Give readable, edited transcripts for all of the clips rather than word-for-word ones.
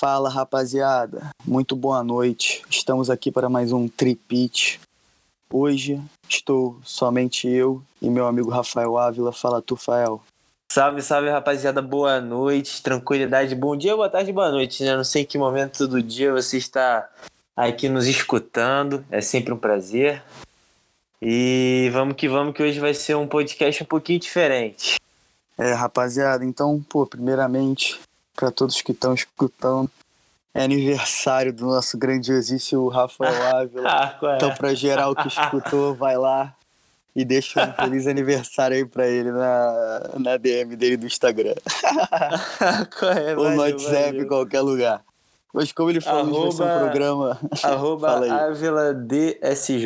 Fala, rapaziada. Muito boa noite. Estamos aqui para mais um Tripit. Hoje estou somente eu e meu amigo Rafael Ávila. Fala tu, Fael. Salve, salve, rapaziada. Boa noite, tranquilidade. Bom dia, boa tarde, boa noite, né? Não sei em que momento do dia você está aqui nos escutando. É sempre um prazer. E vamos, que hoje vai ser um podcast um pouquinho diferente. Rapaziada, então, primeiramente, para todos que estão escutando, é aniversário do nosso grandiosíssimo Rafael Ávila. Então, para geral que escutou, vai lá e deixa um feliz aniversário aí pra ele na DM dele do Instagram. Ou no WhatsApp, em qualquer lugar. Mas como ele falou, hoje vai ser um programa... @AvilaDSJ.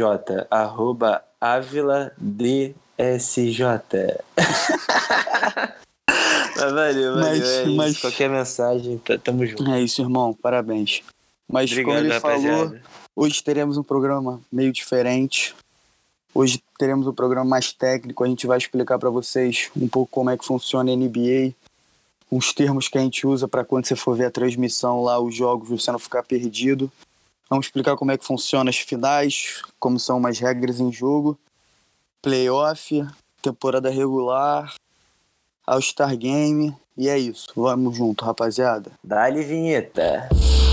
@AvilaDSJ. Mas qualquer mensagem, tamo junto. É isso, irmão, parabéns. Mas obrigado, como ele rapaziada. falou, hoje teremos um programa meio diferente. Hoje teremos um programa mais técnico, a gente vai explicar para vocês um pouco como é que funciona a NBA, os termos que a gente usa para quando você for ver a transmissão lá, os jogos, você não ficar perdido. Vamos explicar como é que funciona as finais, como são umas regras em jogo, playoff, temporada regular, All-Star Game, e é isso. Vamos junto, rapaziada. Dá-lhe vinheta.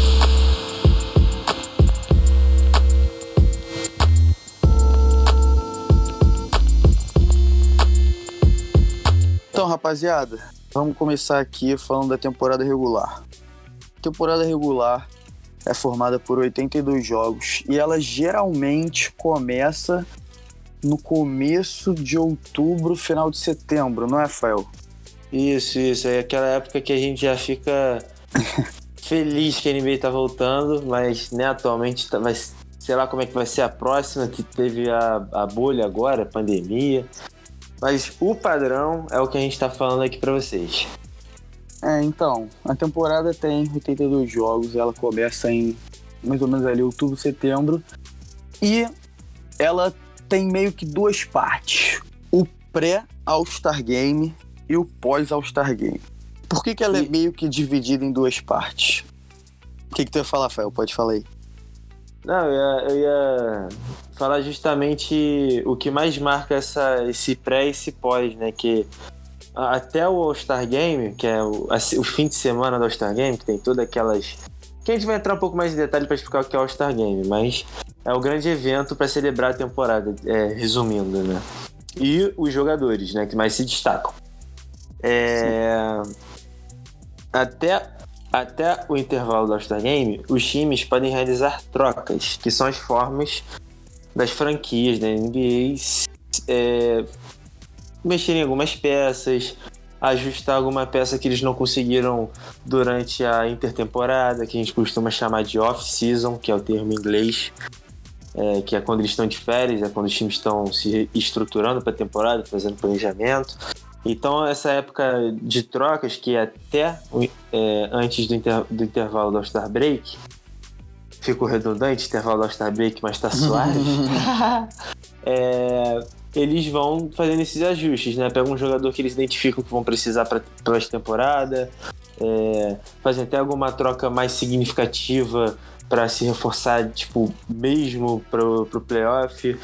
Então, rapaziada, vamos começar aqui falando da temporada regular. A temporada regular é formada por 82 jogos e ela geralmente começa no começo de outubro, final de setembro, não é, Fael? Isso. É aquela época que a gente já fica feliz que a NBA tá voltando, mas né, atualmente sei lá como é que vai ser a próxima, que teve a bolha agora, a pandemia. Mas o padrão é o que a gente tá falando aqui pra vocês. Então, a temporada tem 82 jogos, ela começa em mais ou menos ali outubro, setembro, e ela tem meio que duas partes, o pré-All-Star Game e o pós-All-Star Game. Por que ela é meio que dividida em duas partes? O que tu ia falar, Fael? Pode falar aí. Não, eu ia falar justamente o que mais marca esse pré e esse pós, né? Que até o All-Star Game, que é o fim de semana do All-Star Game, que tem todas aquelas... Que a gente vai entrar um pouco mais em detalhe para explicar o que é o All-Star Game, mas é o grande evento para celebrar a temporada, resumindo, né? E os jogadores, né? Que mais se destacam. Até o intervalo do All-Star Game, os times podem realizar trocas, que são as formas das franquias da NBA mexerem em algumas peças, ajustar alguma peça que eles não conseguiram durante a intertemporada, que a gente costuma chamar de off-season, que é o termo em inglês, que é quando eles estão de férias, é quando os times estão se estruturando para a temporada, fazendo planejamento. Então, essa época de trocas, que é até antes do intervalo do All-Star Break, ficou redundante, intervalo do All-Star Break, mas tá suave, eles vão fazendo esses ajustes, né? Pegam um jogador que eles identificam que vão precisar para pós-temporada, fazem até alguma troca mais significativa para se reforçar, tipo, mesmo pro playoff,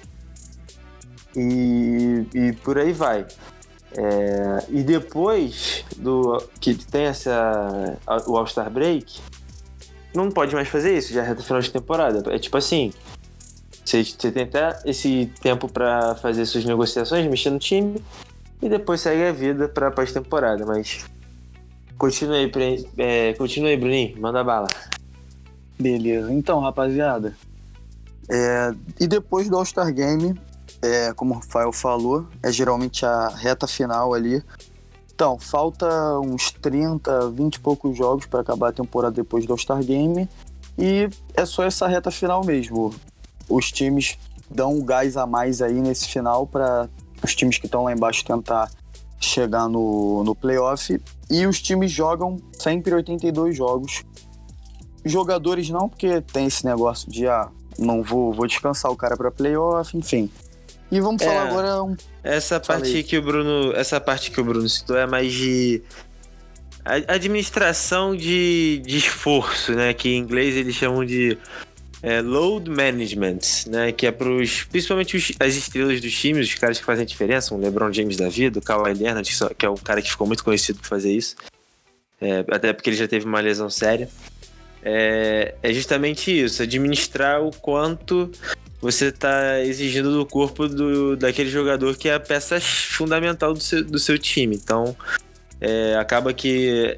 e por aí vai. E depois que tem o All-Star Break, não pode mais fazer isso, já é reta final de temporada. É tipo assim, você tem até esse tempo pra fazer suas negociações, mexer no time, e depois segue a vida pra pós-temporada. Mas continua aí, Bruninho, manda bala. Beleza, então, rapaziada, e depois do All-Star Game, como o Rafael falou, é geralmente a reta final ali. Então, falta uns 30, 20 e poucos jogos para acabar a temporada depois do All-Star Game. E é só essa reta final mesmo. Os times dão um gás a mais aí nesse final para os times que estão lá embaixo tentar chegar no playoff. E os times jogam sempre 82 jogos. Jogadores não, porque tem esse negócio de não vou descansar o cara para playoff, enfim. E vamos falar agora essa parte que o Bruno citou é mais de administração de esforço, né? Que em inglês eles chamam de load management, né? Que é principalmente as estrelas dos times, os caras que fazem diferença, o LeBron James da vida, o Kawhi Leonard, que é um cara que ficou muito conhecido por fazer isso, até porque ele já teve uma lesão séria. É justamente isso, administrar o quanto você está exigindo do corpo daquele jogador que é a peça fundamental do seu time. Então, acaba que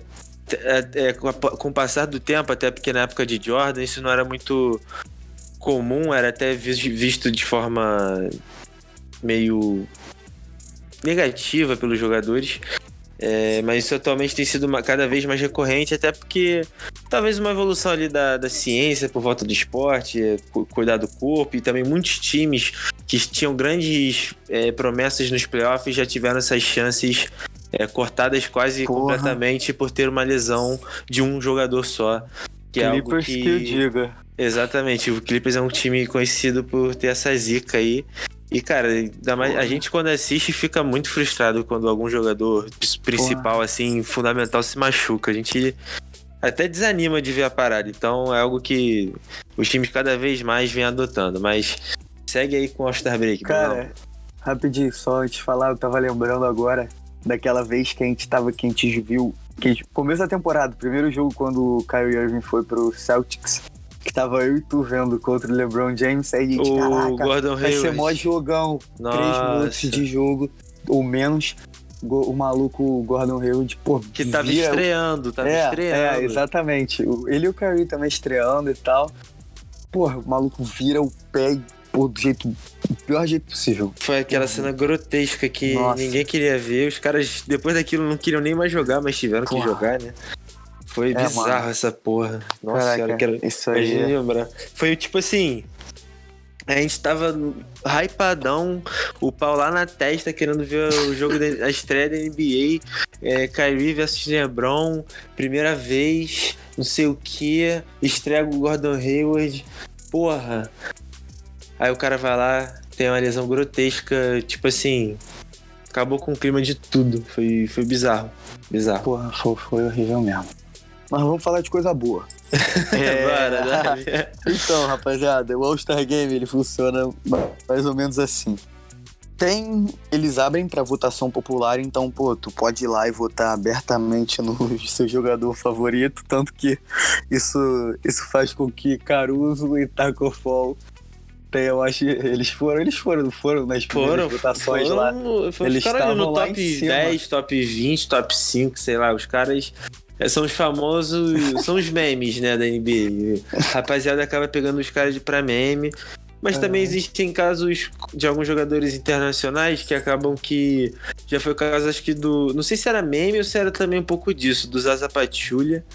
com o passar do tempo, até porque na época de Jordan isso não era muito comum, era até visto de forma meio negativa pelos jogadores, mas isso atualmente tem sido cada vez mais recorrente, até porque talvez uma evolução ali da ciência por volta do esporte, cuidar do corpo, e também muitos times que tinham grandes promessas nos playoffs já tiveram essas chances cortadas quase completamente por ter uma lesão de um jogador só. Que é algo que eu diga. Exatamente, o Clippers é um time conhecido por ter essa zica aí. E, cara, a gente quando assiste fica muito frustrado quando algum jogador principal, assim, fundamental, se machuca. A gente até desanima de ver a parada. Então é algo que os times cada vez mais vêm adotando. Mas segue aí com o All-Star Break. Cara, Bruno. Rapidinho, só antes de falar, eu tava lembrando agora daquela vez que a gente viu, começo da temporada, primeiro jogo quando o Kyrie Irving foi pro Celtics, que tava eu e tu vendo contra o LeBron James, aí a gente, caraca, vai ser mó jogão, 3 minutos de jogo, ou menos, o maluco Gordon Hayward, que tava estreando. Exatamente, ele e o Kyrie também estreando e tal, o maluco vira o pé do pior jeito possível. Foi aquela cena grotesca que ninguém queria ver. Os caras, depois daquilo, não queriam nem mais jogar, mas tiveram que jogar, né? Foi bizarro essa porra. Nossa senhora, isso aí. Lembrar. Foi tipo assim, a gente tava hypadão, o pau lá na testa, querendo ver o jogo da estreia da NBA, Kyrie versus LeBron, primeira vez, não sei o que, estreia o Gordon Hayward, porra. Aí o cara vai lá, tem uma lesão grotesca, tipo assim, acabou com o clima de tudo. Foi bizarro. Bizarro. Foi horrível mesmo. Mas vamos falar de coisa boa. Bora, né? Então, rapaziada, o All-Star Game, ele funciona mais ou menos assim. Eles abrem pra votação popular, então, tu pode ir lá e votar abertamente no seu jogador favorito, tanto que isso faz com que Caruso e Taco Fall, eu acho, eles foram nas primeiras votações lá. Eles estavam no top 10, top 20, top 5, sei lá, os caras são os famosos, são os memes, né, da NBA. A rapaziada acaba pegando os caras pra meme, mas também existem casos de alguns jogadores internacionais que acabam que, já foi o caso, acho que não sei se era meme ou se era também um pouco disso, do Zaza Pachulia.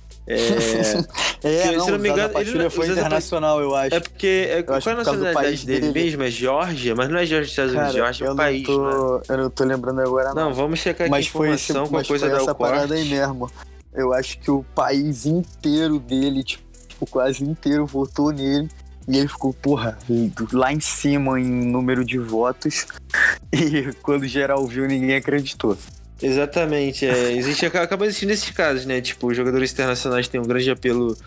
Se não me engano, ele foi internacional, eu acho. É porque qual é a nacionalidade dele mesmo? É Geórgia? Mas não é Geórgia dos Estados Unidos, Geórgia é um país, né? Eu não tô lembrando agora, não. Não, vamos checar aqui a informação com a coisa da essa parada aí mesmo. Eu acho que o país inteiro dele, tipo, quase inteiro votou nele. E ele ficou, lá em cima em número de votos. E quando geral viu, ninguém acreditou. Exatamente, acaba existindo esses casos, né? Tipo, os jogadores internacionais têm um grande apelo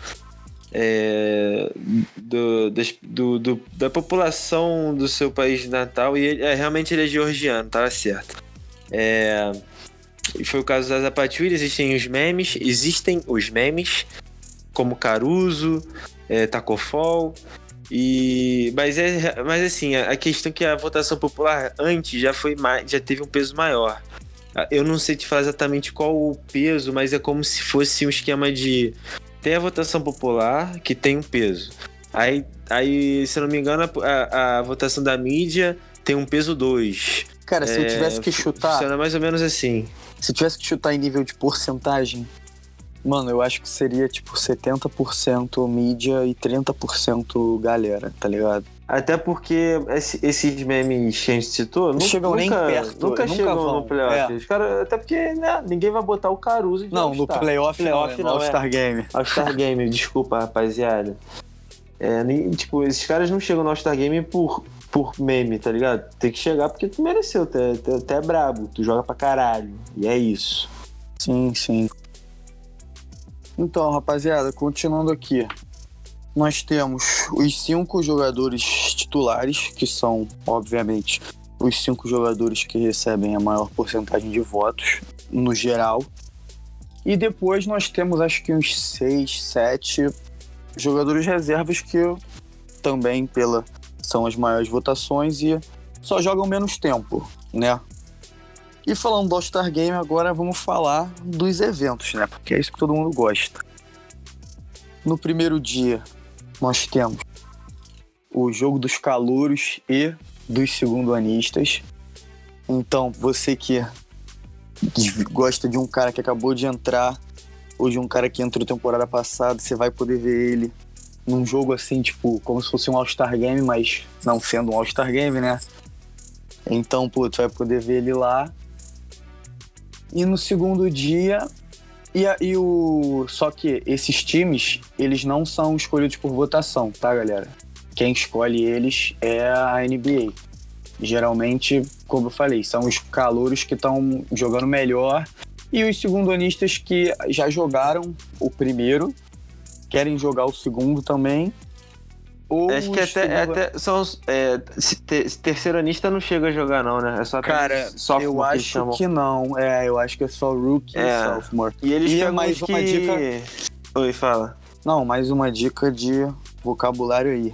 da população do seu país natal, e realmente ele é georgiano, tava certo. Foi o caso da Zapatilha. Existem os memes, como Caruso, Taco Fall, mas assim, a questão é que a votação popular antes já teve um peso maior. Eu não sei te falar exatamente qual o peso, mas é como se fosse um esquema de... Tem a votação popular, que tem um peso. Aí se eu não me engano, a votação da mídia tem um peso 2. Cara, se eu tivesse que chutar... Funciona mais ou menos assim. Se eu tivesse que chutar em nível de porcentagem, mano, eu acho que seria tipo 70% mídia e 30% galera, tá ligado? Até porque esses memes que a gente citou não chegam nem perto. Nunca chegam no playoff. Os caras, até porque, né, ninguém vai botar o Caruso de All-Star. No playoff não, no All-Star Game. All-Star Game, desculpa, rapaziada. Tipo, esses caras não chegam no All-Star Game por meme, tá ligado? Tem que chegar porque tu mereceu, tu é brabo, tu joga pra caralho. E é isso. Sim. Então, rapaziada, continuando aqui. Nós temos os 5 jogadores titulares, que são, obviamente, os 5 jogadores que recebem a maior porcentagem de votos, no geral. E depois nós temos, acho que uns 6, 7 jogadores reservas que também são as maiores votações e só jogam menos tempo, né? E falando do All-Star Game, agora vamos falar dos eventos, né? Porque é isso que todo mundo gosta. No primeiro dia, nós temos o jogo dos calouros e dos segundoanistas. Então, você que gosta de um cara que acabou de entrar ou de um cara que entrou temporada passada, você vai poder ver ele num jogo assim, tipo, como se fosse um All-Star Game, mas não sendo um All-Star Game, né? Então, pô, tu vai poder ver ele lá. E no segundo dia... Só que esses times, eles não são escolhidos por votação, tá, galera? Quem escolhe eles é a NBA. Geralmente, como eu falei, são os calouros que estão jogando melhor e os segundonistas que já jogaram o primeiro, querem jogar o segundo também. Ou acho que até são terceironista não chega a jogar não, né? É só cara, sophomore, eu acho que não. Eu acho que é só rookie e sophomore. E eles pegam mais uma dica. Oi, fala. Não, mais uma dica de vocabulário aí.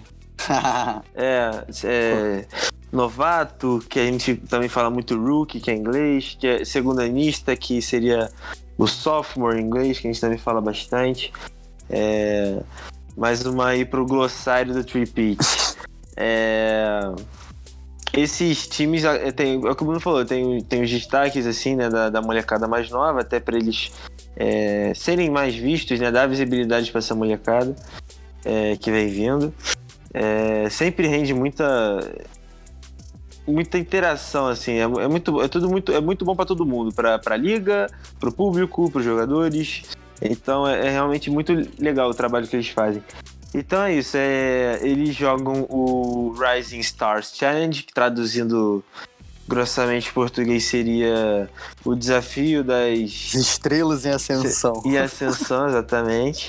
Novato, que a gente também fala muito rookie, que é inglês, que é segundanista, que seria o sophomore em inglês, que a gente também fala bastante. Mais uma aí pro glossário do Three-Peat. Esses times, é o que o Bruno falou, tem os destaques assim, né, da molecada mais nova, até para eles serem mais vistos, né, dar visibilidade para essa molecada que vem vindo. Sempre rende muita interação, assim, é muito bom para todo mundo, para a liga, para o público, para os jogadores. Então é realmente muito legal o trabalho que eles fazem. Então é isso, eles jogam o Rising Stars Challenge, que traduzindo grossamente em português seria o desafio das estrelas em ascensão. E ascensão, exatamente.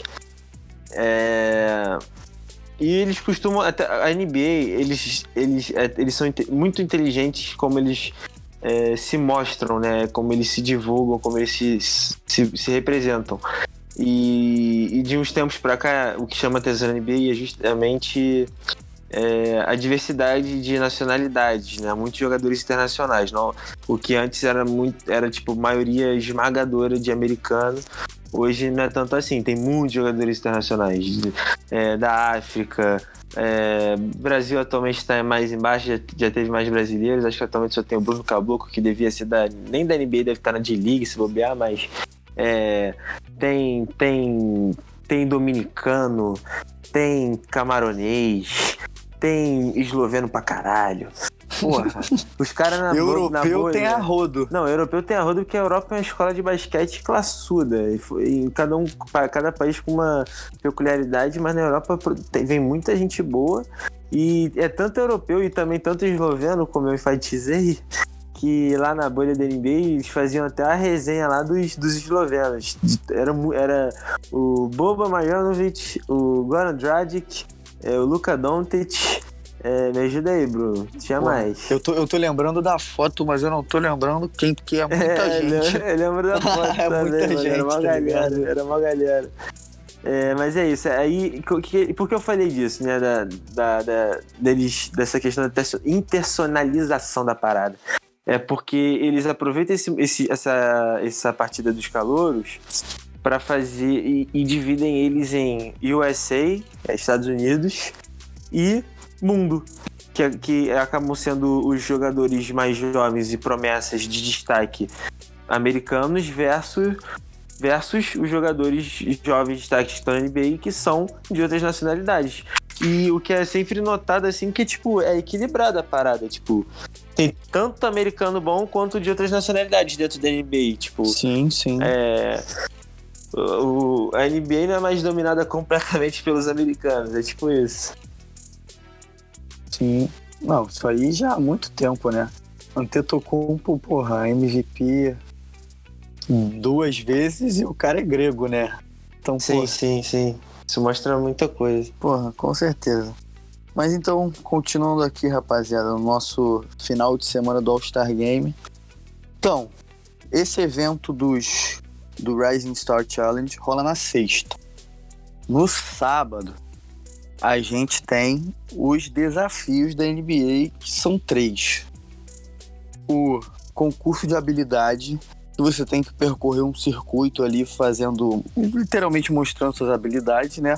E eles costumam, até a NBA, eles são muito inteligentes como eles se mostram, né? Como eles se divulgam, como eles se representam. E de uns tempos pra cá, o que chama atenção na NBA é justamente a diversidade de nacionalidades, né? Muitos jogadores internacionais, não? O que antes era tipo maioria esmagadora de americano. Hoje não é tanto assim, tem muitos jogadores internacionais da África. Brasil atualmente está mais embaixo, já teve mais brasileiros. Acho que atualmente só tem o Bruno Caboclo, que devia ser nem da NBA, deve estar na D-League se bobear, mas tem dominicano, tem camaronês, tem esloveno pra caralho. Porra, os caras na europeu tem a rodo. Não, europeu tem a rodo porque a Europa é uma escola de basquete classuda. E cada país com uma peculiaridade, mas na Europa vem muita gente boa. E é tanto europeu e também tanto esloveno, como eu enfatizei, que lá na bolha da NBA eles faziam até a resenha lá dos eslovenos. Era o Boban Marjanovic, o Goran Dragic, o Luka Doncic. Me ajuda aí, Bruno. Tinha mais. Eu tô lembrando da foto, mas eu não tô lembrando quem, porque é muita gente. Eu lembro da foto também, muita gente, era uma galera. Mas é isso. Aí, por que eu falei disso, né? Dessa questão da internacionalização da parada. É porque eles aproveitam essa partida dos calouros para fazer e dividem eles em USA, Estados Unidos, e mundo, que acabam sendo os jogadores mais jovens e promessas de destaque americanos versus os jogadores jovens de destaque que estão na NBA, que são de outras nacionalidades. E o que é sempre notado, assim, que, tipo, é equilibrada a parada, tipo, tem tanto americano bom quanto de outras nacionalidades dentro da NBA, tipo... Sim. A NBA não é mais dominada completamente pelos americanos, é tipo isso. Sim. Não, isso aí já há muito tempo, né? Antetokounmpo, porra, MVP 2 vezes e o cara é grego, né? Então, sim. Isso mostra muita coisa. Porra, com certeza. Mas então, continuando aqui, rapaziada, no nosso final de semana do All-Star Game. Então, esse evento do Rising Star Challenge rola na sexta. No sábado, a gente tem os desafios da NBA, que são 3. O concurso de habilidade, que você tem que percorrer um circuito ali fazendo, literalmente mostrando suas habilidades, né?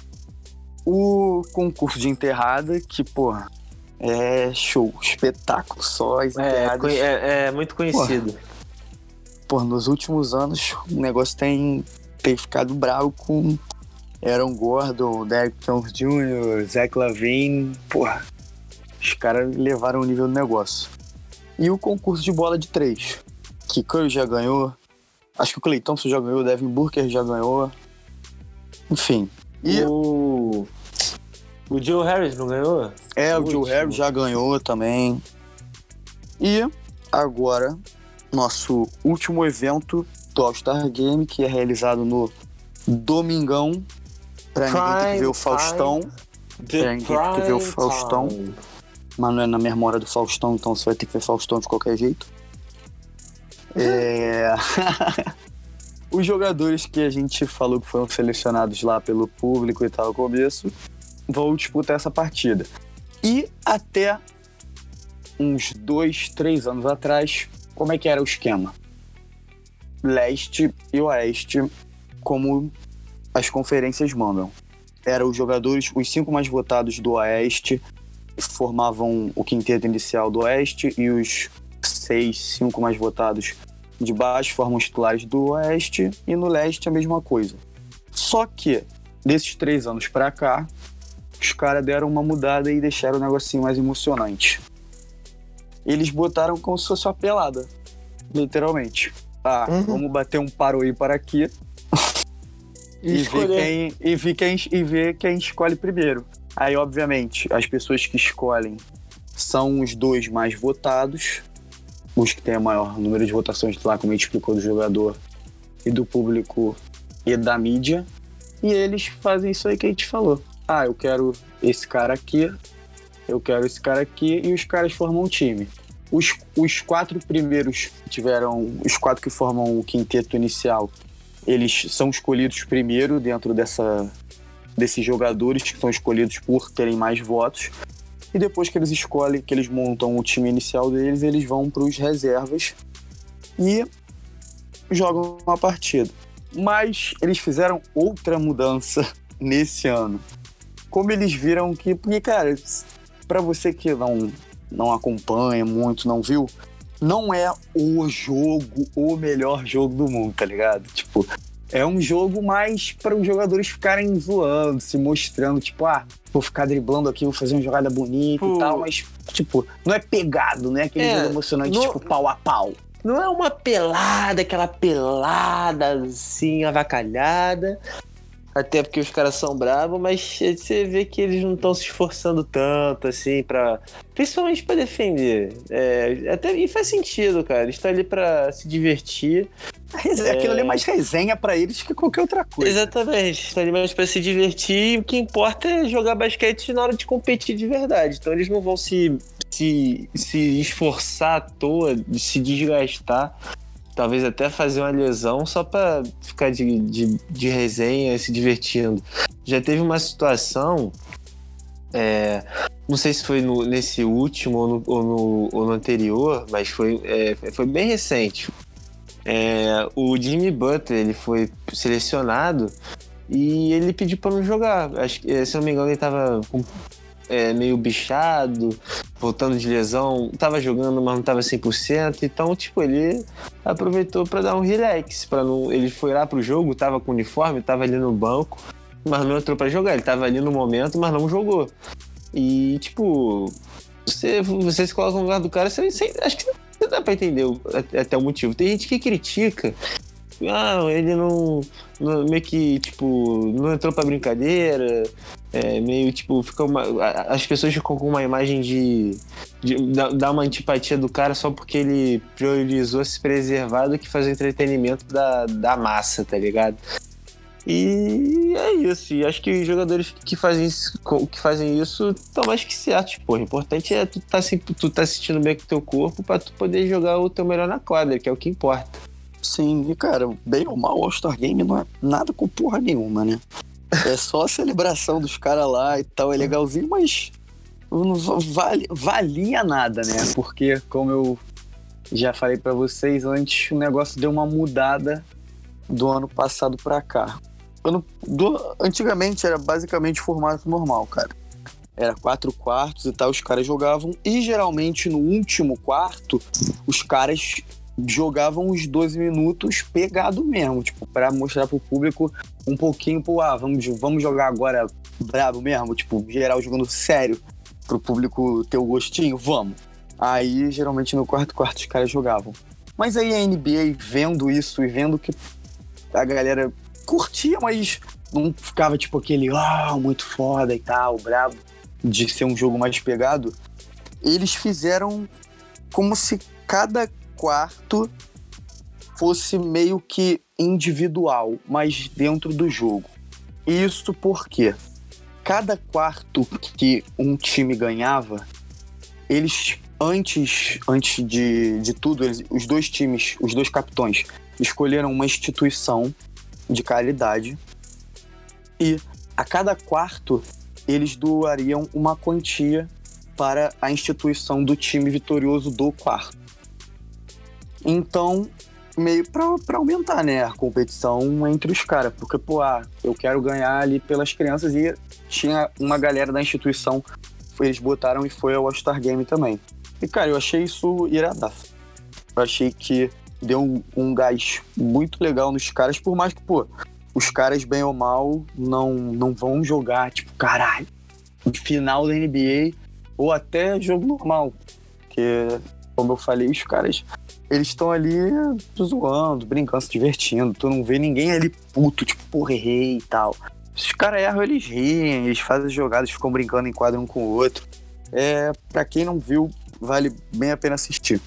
O concurso de enterrada, que, porra, é show, espetáculo, só as enterradas. É muito conhecido. Porra, nos últimos anos o negócio tem ficado bravo com Aaron Gordon, Derrick Jones Jr., Zach LaVine. Porra, os caras levaram o nível do negócio. E o concurso de bola de 3, que Curry já ganhou, acho que o Klay Thompson já ganhou, o Devin Booker já ganhou, enfim. E o Joe Harris não ganhou? O Joe Harris já ganhou também. E agora, nosso último evento do All-Star Game, que é realizado no domingão, pra ninguém ter que ver o Faustão. Pra ninguém ter que ver o Faustão. Mas não é na mesma hora do Faustão, então você vai ter que ver Faustão de qualquer jeito. Os jogadores que a gente falou que foram selecionados lá pelo público e tal no começo vão disputar essa partida. E até uns 2, 3 anos atrás, como é que era o esquema? Leste e Oeste, como as conferências mandam. Eram os jogadores, os 5 mais votados do Oeste formavam o quinteto inicial do Oeste e os 5 mais votados de baixo formam os titulares do Oeste, e no Leste a mesma coisa. Só que, desses 3 anos pra cá, os caras deram uma mudada e deixaram o negocinho mais emocionante. Eles botaram como se fosse uma pelada, literalmente. Vamos bater um paro aí para aqui e ver quem escolhe primeiro. Aí, obviamente, as pessoas que escolhem são os 2 mais votados, os que têm o maior número de votações lá, como a gente explicou, do jogador e do público e da mídia. E eles fazem isso aí que a gente falou. Eu quero esse cara aqui, eu quero esse cara aqui, e os caras formam um time. Os 4 primeiros os 4 que formam o quinteto inicial, eles são escolhidos primeiro dentro desses jogadores que são escolhidos por terem mais votos. E depois que eles escolhem, que eles montam o time inicial deles, eles vão para os reservas e jogam uma partida. Mas eles fizeram outra mudança nesse ano. Como eles viram que... Porque, cara, para você que não acompanha muito, não viu, não é o melhor jogo do mundo, tá ligado? Tipo, é um jogo mais para os jogadores ficarem zoando, se mostrando, tipo, vou ficar driblando aqui, vou fazer uma jogada bonita e tal, mas, tipo, não é pegado, né? Aquele jogo emocionante, tipo, pau a pau. Não é uma pelada, aquela pelada, assim, avacalhada, até porque os caras são bravos, mas você vê que eles não estão se esforçando tanto, assim, principalmente pra defender. E faz sentido, cara, eles estão ali pra se divertir. Aquilo ali é mais resenha pra eles que qualquer outra coisa. Exatamente, estão ali mais pra se divertir, e o que importa é jogar basquete na hora de competir de verdade. Então eles não vão se esforçar à toa, de se desgastar, talvez até fazer uma lesão só pra ficar de resenha, se divertindo. Já teve uma situação, não sei se foi nesse último ou no anterior, mas foi bem recente. O Jimmy Butler, ele foi selecionado e ele pediu pra não jogar. Acho que, se não me engano, ele tava meio bichado, voltando de lesão, tava jogando, mas não tava 100%, então, tipo, ele aproveitou pra dar um relax, ele foi lá pro jogo, tava com uniforme, tava ali no banco, mas não entrou pra jogar, ele tava ali no momento, mas não jogou. E, tipo, você se coloca no lugar do cara, acho que você dá pra entender até o motivo. Tem gente que critica, ele não meio que, tipo, não entrou pra brincadeira, meio, tipo, as pessoas ficam com uma imagem de dar uma antipatia do cara só porque ele priorizou se preservar do que fazer entretenimento da massa, tá ligado? E é isso. E acho que os jogadores que fazem isso estão mais que certos, porra. O importante é tu tá sentindo bem com o teu corpo pra tu poder jogar o teu melhor na quadra, que é o que importa. Sim, e cara, bem ou mal, o All-Star Game não é nada com porra nenhuma, né? É só a celebração dos caras lá e tal, é legalzinho, mas não valia nada, né? Porque, como eu já falei pra vocês antes, o negócio deu uma mudada do ano passado pra cá. Antigamente era basicamente formato normal, cara. Era 4 quartos e tal, os caras jogavam. E geralmente no último quarto, os caras jogavam os 12 minutos pegado mesmo, tipo, pra mostrar pro público um pouquinho, vamos jogar agora brabo mesmo, tipo, geral jogando sério, pro público ter o gostinho, vamos. Aí, geralmente no quarto os caras jogavam. Mas aí a NBA vendo isso e vendo que a galera curtia, mas não ficava tipo aquele, muito foda e tal, brabo, de ser um jogo mais pegado, eles fizeram como se cada quarto fosse meio que individual, mas dentro do jogo. Isso porque cada quarto que um time ganhava, eles, antes de tudo, os dois times, os dois capitães, escolheram uma instituição de caridade e a cada quarto eles doariam uma quantia para a instituição do time vitorioso do quarto. Então, meio pra aumentar, né, a competição entre os caras. Porque, eu quero ganhar ali pelas crianças. E tinha uma galera da instituição, eles botaram e foi ao All-Star Game também. E, cara, eu achei isso iradaço. Eu achei que deu um gás muito legal nos caras. Por mais que, os caras, bem ou mal, não vão jogar, tipo, caralho, final da NBA ou até jogo normal. Porque, como eu falei, os caras, eles estão ali zoando, brincando, se divertindo. Tu não vê ninguém ali puto, tipo, errei e tal. Se os caras erram, eles riem, eles fazem jogadas, ficam brincando em quadro um com o outro. Pra quem não viu, vale bem a pena assistir.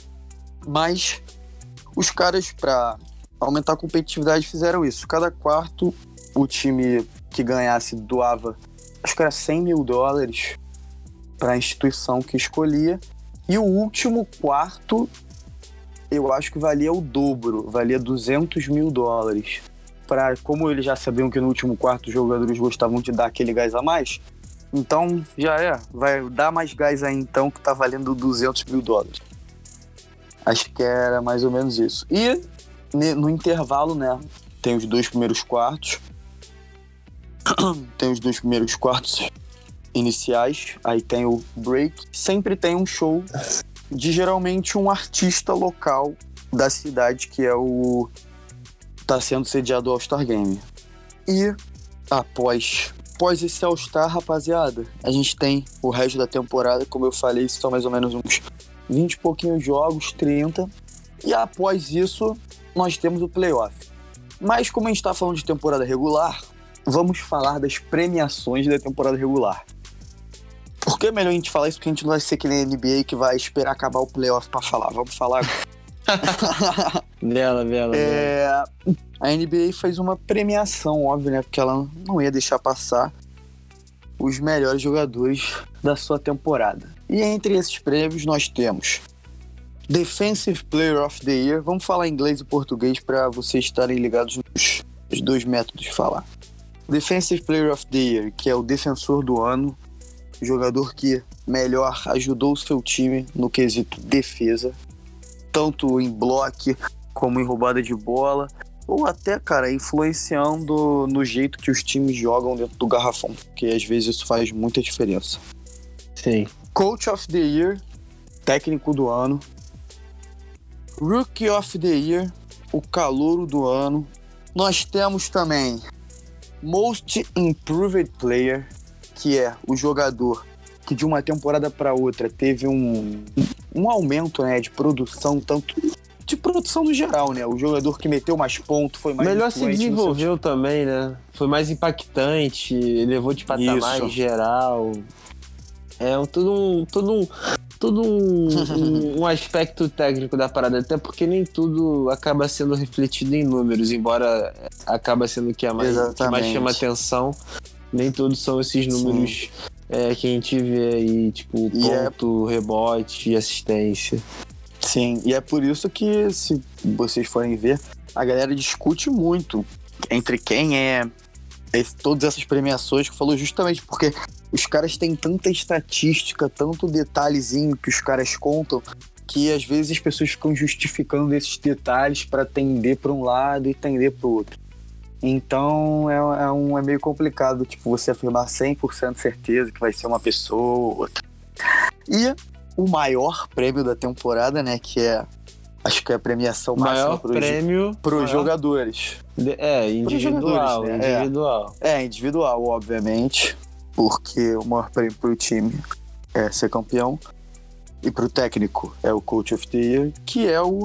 Mas os caras, pra aumentar a competitividade, fizeram isso. Cada quarto, o time que ganhasse doava, acho que era $100 mil para a instituição que escolhia. E o último quarto, eu acho que valia o dobro, valia $200 mil. Como eles já sabiam que no último quarto os jogadores gostavam de dar aquele gás a mais, então vai dar mais gás aí então, que tá valendo $200 mil. Acho que era mais ou menos isso. E no intervalo, né, tem os dois primeiros quartos. Tem os dois primeiros quartos iniciais, aí tem o break. Sempre tem um show de geralmente um artista local da cidade, que é tá sendo sediado o All-Star Game. E após esse All-Star, rapaziada, a gente tem o resto da temporada. Como eu falei, são mais ou menos uns 20 e pouquinhos jogos, 30. E após isso, nós temos o playoff. Mas como a gente tá falando de temporada regular, vamos falar das premiações da temporada regular. Por que é melhor a gente falar isso? Porque a gente não vai ser que nem a NBA que vai esperar acabar o playoff pra falar. Vamos falar agora. Bela. A NBA fez uma premiação, óbvio, né? Porque ela não ia deixar passar os melhores jogadores da sua temporada. E entre esses prêmios nós temos Defensive Player of the Year. Vamos falar inglês e português para vocês estarem ligados nos dois métodos de falar. Defensive Player of the Year, que é o defensor do ano, o jogador que melhor ajudou o seu time no quesito defesa, tanto em bloco como em roubada de bola, ou até, cara, influenciando no jeito que os times jogam dentro do garrafão, porque às vezes isso faz muita diferença. Sim. Coach of the Year, técnico do ano. Rookie of the Year, o calouro do ano. Nós temos também Most Improved Player, que é o jogador que de uma temporada para outra teve um aumento, né, de produção, tanto de produção no geral, né? O jogador que meteu mais pontos, foi mais melhor se desenvolveu também, né? Foi mais impactante, levou de patamar em geral. É todo todo um aspecto técnico da parada, até porque nem tudo acaba sendo refletido em números, embora acaba sendo o que mais chama atenção, nem todos são esses números que a gente vê aí, tipo, ponto, rebote e assistência. Sim, e é por isso que, se vocês forem ver, a galera discute muito entre quem todas essas premiações, que falou justamente porque os caras têm tanta estatística, tanto detalhezinho que os caras contam, que às vezes as pessoas ficam justificando esses detalhes para tender para um lado e tender para o outro. Então é meio complicado, tipo, você afirmar 100% certeza que vai ser uma pessoa ou outra. E o maior prêmio da temporada, né, que acho que é a premiação máxima para os jogadores. Individual. Individual, obviamente, porque o maior prêmio para o time é ser campeão, e para o técnico é o Coach of the Year, que é o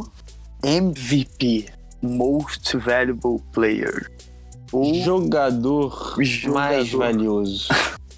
MVP, Most Valuable Player. O jogador mais valioso.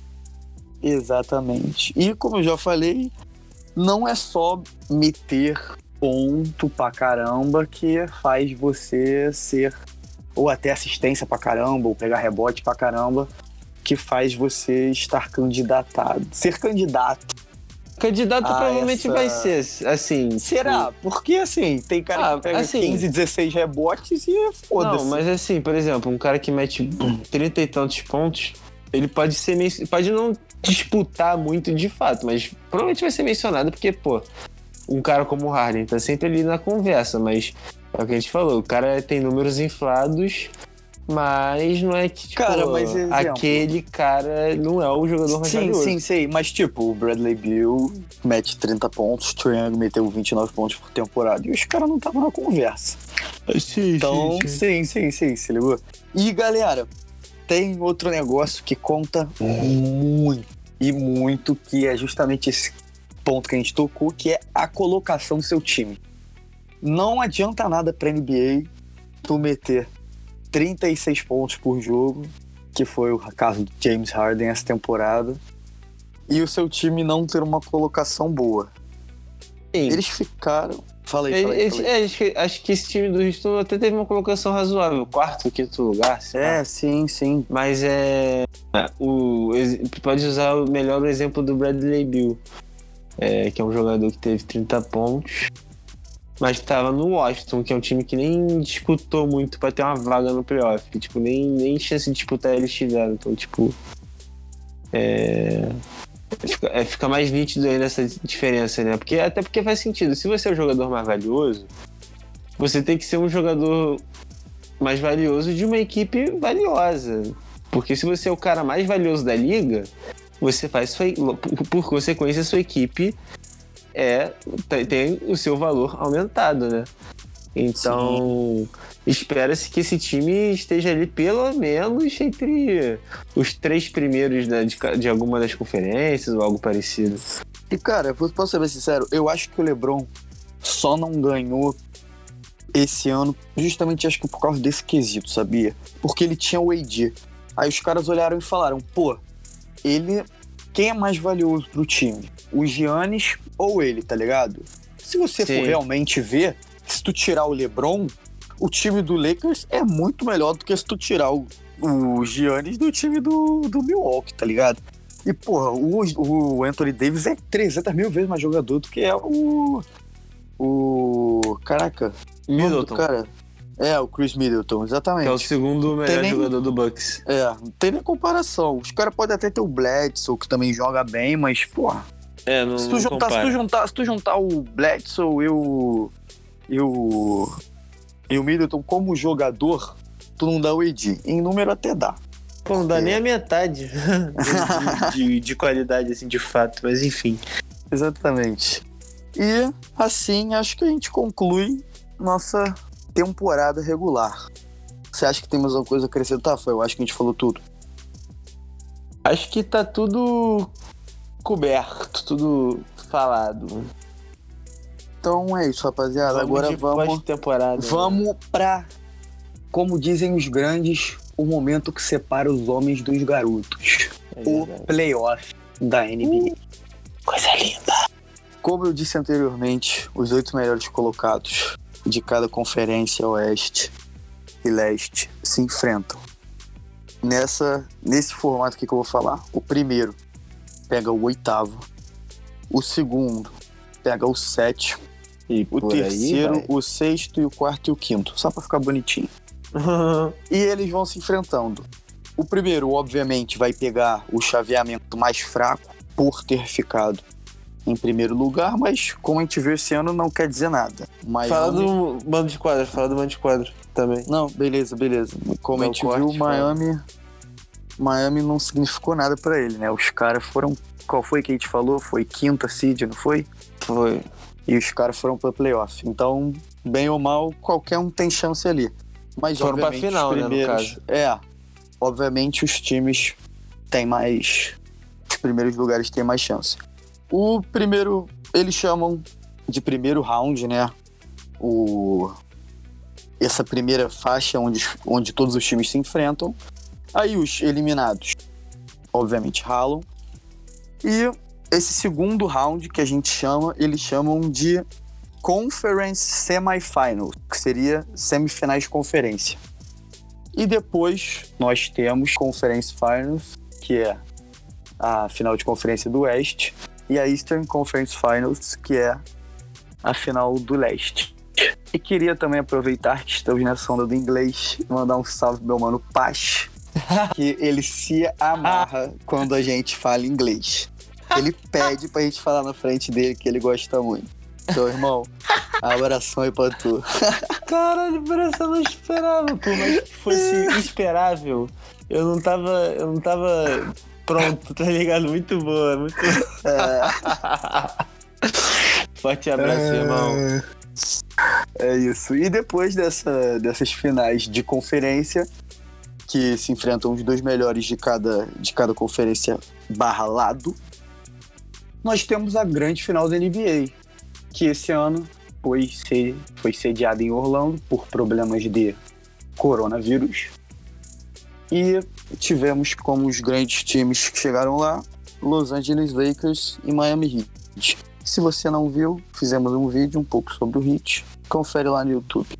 Exatamente. E como eu já falei, não é só meter ponto pra caramba que faz você ser, ou até assistência pra caramba, ou pegar rebote pra caramba, que faz você estar candidatado. Ser candidato. Candidato provavelmente vai ser, assim... Será? Porque, assim, tem cara que pega 15, 16 rebotes e foda-se. Não, mas assim, por exemplo, um cara que mete 30 e tantos pontos, ele pode não disputar muito de fato, mas provavelmente vai ser mencionado porque, pô, um cara como o Harden tá sempre ali na conversa, mas é o que a gente falou, o cara tem números inflados, mas não é que, tipo, cara, mas aquele cara não é o jogador mais valioso. Sim, sei. Mas, tipo, o Bradley Beal mete 30 pontos, o Trae Young meteu 29 pontos por temporada. E os caras não estavam na conversa. Sim, se ligou? E, galera, tem outro negócio que conta muito, que é justamente esse ponto que a gente tocou, que é a colocação do seu time. Não adianta nada pra NBA tu meter 36 pontos por jogo, que foi o caso do James Harden essa temporada, e o seu time não ter uma colocação boa. Sim. Eles ficaram... Falei. Acho que esse time do Houston até teve uma colocação razoável, quarto, quinto lugar. Sim. Mas pode usar melhor o exemplo do Bradley Beal, que é um jogador que teve 30 pontos, mas estava no Washington, que é um time que nem disputou muito para ter uma vaga no playoff, que, tipo, nem chance de disputar eles tiveram. Então, tipo, fica mais nítido aí nessa diferença, né? Até porque faz sentido. Se você é o jogador mais valioso, você tem que ser um jogador mais valioso de uma equipe valiosa. Porque se você é o cara mais valioso da liga, você faz por consequência, a sua equipe tem o seu valor aumentado, né? Então, espera-se que esse time esteja ali pelo menos entre os 3 primeiros de alguma das conferências ou algo parecido. E, cara, posso ser bem sincero, eu acho que o LeBron só não ganhou esse ano justamente, acho que por causa desse quesito, sabia? Porque ele tinha o AD. Aí os caras olharam e falaram, pô, quem é mais valioso pro time? O Giannis ou ele, tá ligado? Se você for realmente ver, se tu tirar o LeBron, o time do Lakers é muito melhor do que se tu tirar o Giannis do time do Milwaukee, tá ligado? E, porra, o Anthony Davis é 300 mil vezes mais jogador do que é caraca, Middleton. Cara, o Chris Middleton, exatamente. Que é o segundo melhor jogador do Bucks. Não tem nem comparação. Os caras podem até ter o Bledsoe, que também joga bem, mas, porra... Se tu juntar o Bledsoe e o Middleton como jogador, tu não dá o AD. Em número até dá. Pô, não dá nem a metade de qualidade, assim, de fato, mas enfim. Exatamente. E, assim, acho que a gente conclui nossa temporada regular. Você acha que tem mais alguma coisa a acrescentar, Foi? Eu acho que a gente falou tudo. Acho que tá tudo coberto, tudo falado. Então é isso, rapaziada. Agora vamos pra, como dizem os grandes, o momento que separa os homens dos garotos. O playoff da NBA. Coisa linda. Como eu disse anteriormente, os 8 melhores colocados de cada conferência oeste e leste se enfrentam. Nesse formato aqui que eu vou falar, o primeiro pega o 8º, o segundo pega o 7º, o terceiro, o 6º, e o 4º e o 5º, só pra ficar bonitinho. E eles vão se enfrentando. O primeiro, obviamente, vai pegar o chaveamento mais fraco por ter ficado em primeiro lugar, mas como a gente viu esse ano, não quer dizer nada. Miami... Fala do mando de quadra também. Não, beleza. Como a gente viu, Miami não significou nada pra ele, né? Os caras foram... Qual foi que a gente falou? Foi 5ª seed, não foi? Foi. E os caras foram pra playoff. Então, bem ou mal, qualquer um tem chance ali. Mas, foram pra final, né, no caso. Obviamente os times têm mais... Os primeiros lugares têm mais chance. O primeiro, eles chamam de primeiro round, né? Essa primeira faixa onde todos os times se enfrentam. Aí os eliminados, obviamente, ralam. E esse segundo round que a gente chama, eles chamam de Conference Semifinals, que seria semifinais de conferência. E depois nós temos Conference Finals, que é a final de conferência do Oeste, e a Eastern Conference Finals, que é a final do Leste. E queria também aproveitar que estamos nessa onda do inglês e mandar um salve pro meu mano Paz, que ele se amarra quando a gente fala inglês. Ele pede pra gente falar na frente dele que ele gosta muito. Então, irmão, abração aí pra tu. Caralho, parece que eu não esperava, pô, mas que fosse esperável. Eu não tava pronto, tá ligado? Muito boa, muito boa. Forte abraço, irmão. É isso. E depois dessas finais de conferência, que se enfrentam os 2 melhores de cada conferência /lado, nós temos a grande final da NBA, que esse ano foi sediada em Orlando por problemas de coronavírus. E tivemos como os grandes times que chegaram lá, Los Angeles Lakers e Miami Heat. Se você não viu, fizemos um vídeo um pouco sobre o Heat. Confere lá no YouTube.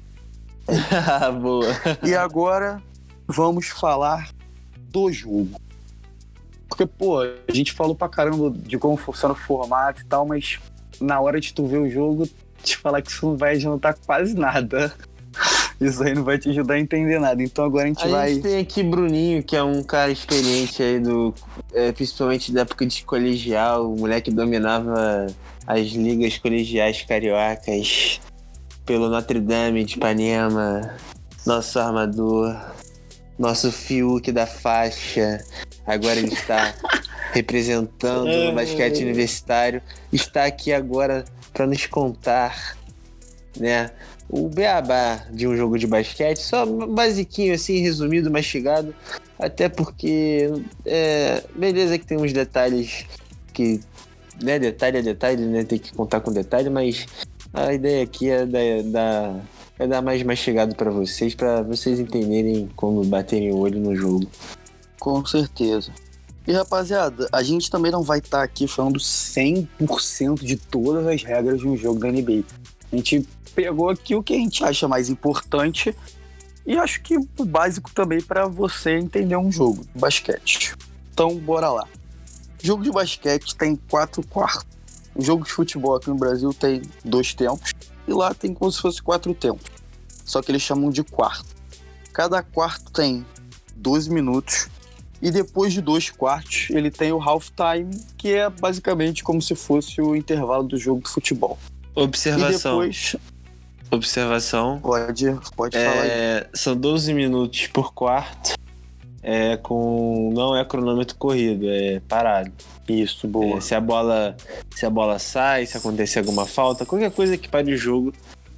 Boa. E agora vamos falar do jogo. Porque, pô, a gente falou pra caramba de como funciona o formato e tal, mas na hora de tu ver o jogo, te falar que isso não vai adiantar quase nada. Isso aí não vai te ajudar a entender nada. Então agora a gente tem aqui Bruninho, que é um cara experiente aí principalmente da época de colegial, o moleque dominava as ligas colegiais cariocas pelo Notre Dame de Ipanema, nosso armador, nosso Fiuk da faixa. Agora ele está representando o basquete universitário. Está aqui agora para nos contar, né, o beabá de um jogo de basquete, só basiquinho assim, resumido, mastigado, até porque beleza que tem uns detalhes que, né, detalhe é detalhe, né, tem que contar com detalhe, mas a ideia aqui é dar mais mastigado para vocês entenderem como baterem o olho no jogo. Com certeza. E rapaziada, a gente também não vai estar aqui falando 100% de todas as regras de um jogo da NBA. A gente pegou aqui o que a gente acha mais importante e acho que o básico também para você entender um jogo de basquete. Então, bora lá. Jogo de basquete tem 4 quartos. O jogo de futebol aqui no Brasil tem 2 tempos e lá tem como se fosse 4 tempos. Só que eles chamam de quarto. Cada quarto tem 12 minutos e depois de 2 quartos ele tem o halftime, que é basicamente como se fosse o intervalo do jogo de futebol. Observação. E depois... Observação. Pode falar aí. São 12 minutos por quarto. Não é cronômetro corrido, é parado. Isso, boa. Se a bola sai, se acontecer alguma falta, qualquer coisa que pare o jogo,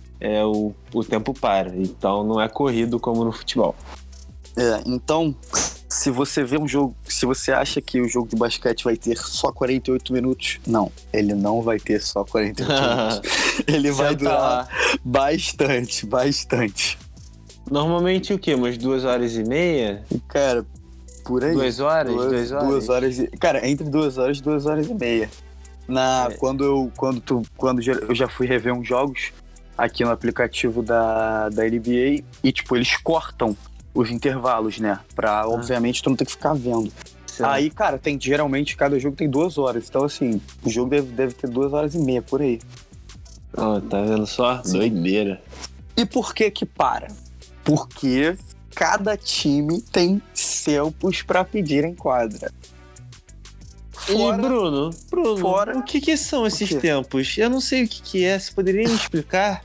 o tempo para. Então não é corrido como no futebol. Então, se você vê um jogo, se você acha que o jogo de basquete vai ter só 48 minutos, não, ele não vai ter só 48 minutos. Ele vai durar bastante. Normalmente o quê? Umas 2h30? Cara, por aí. 2 horas? 2 horas. Cara, entre 2 horas e 2 horas e meia. Quando eu já fui rever uns jogos aqui no aplicativo da NBA e, tipo, eles cortam os intervalos, né? Pra, obviamente, tu não ter que ficar vendo. Certo. Aí, cara, geralmente cada jogo tem 2 horas. Então, assim, o jogo deve ter 2h30 por aí. Tá vendo só? Sim. Doideira. E por que que para? Porque cada time tem tempos pra pedir em quadra. E Bruno, fora- o que são esses quê? tempos? Eu não sei o que é. Você poderia me explicar?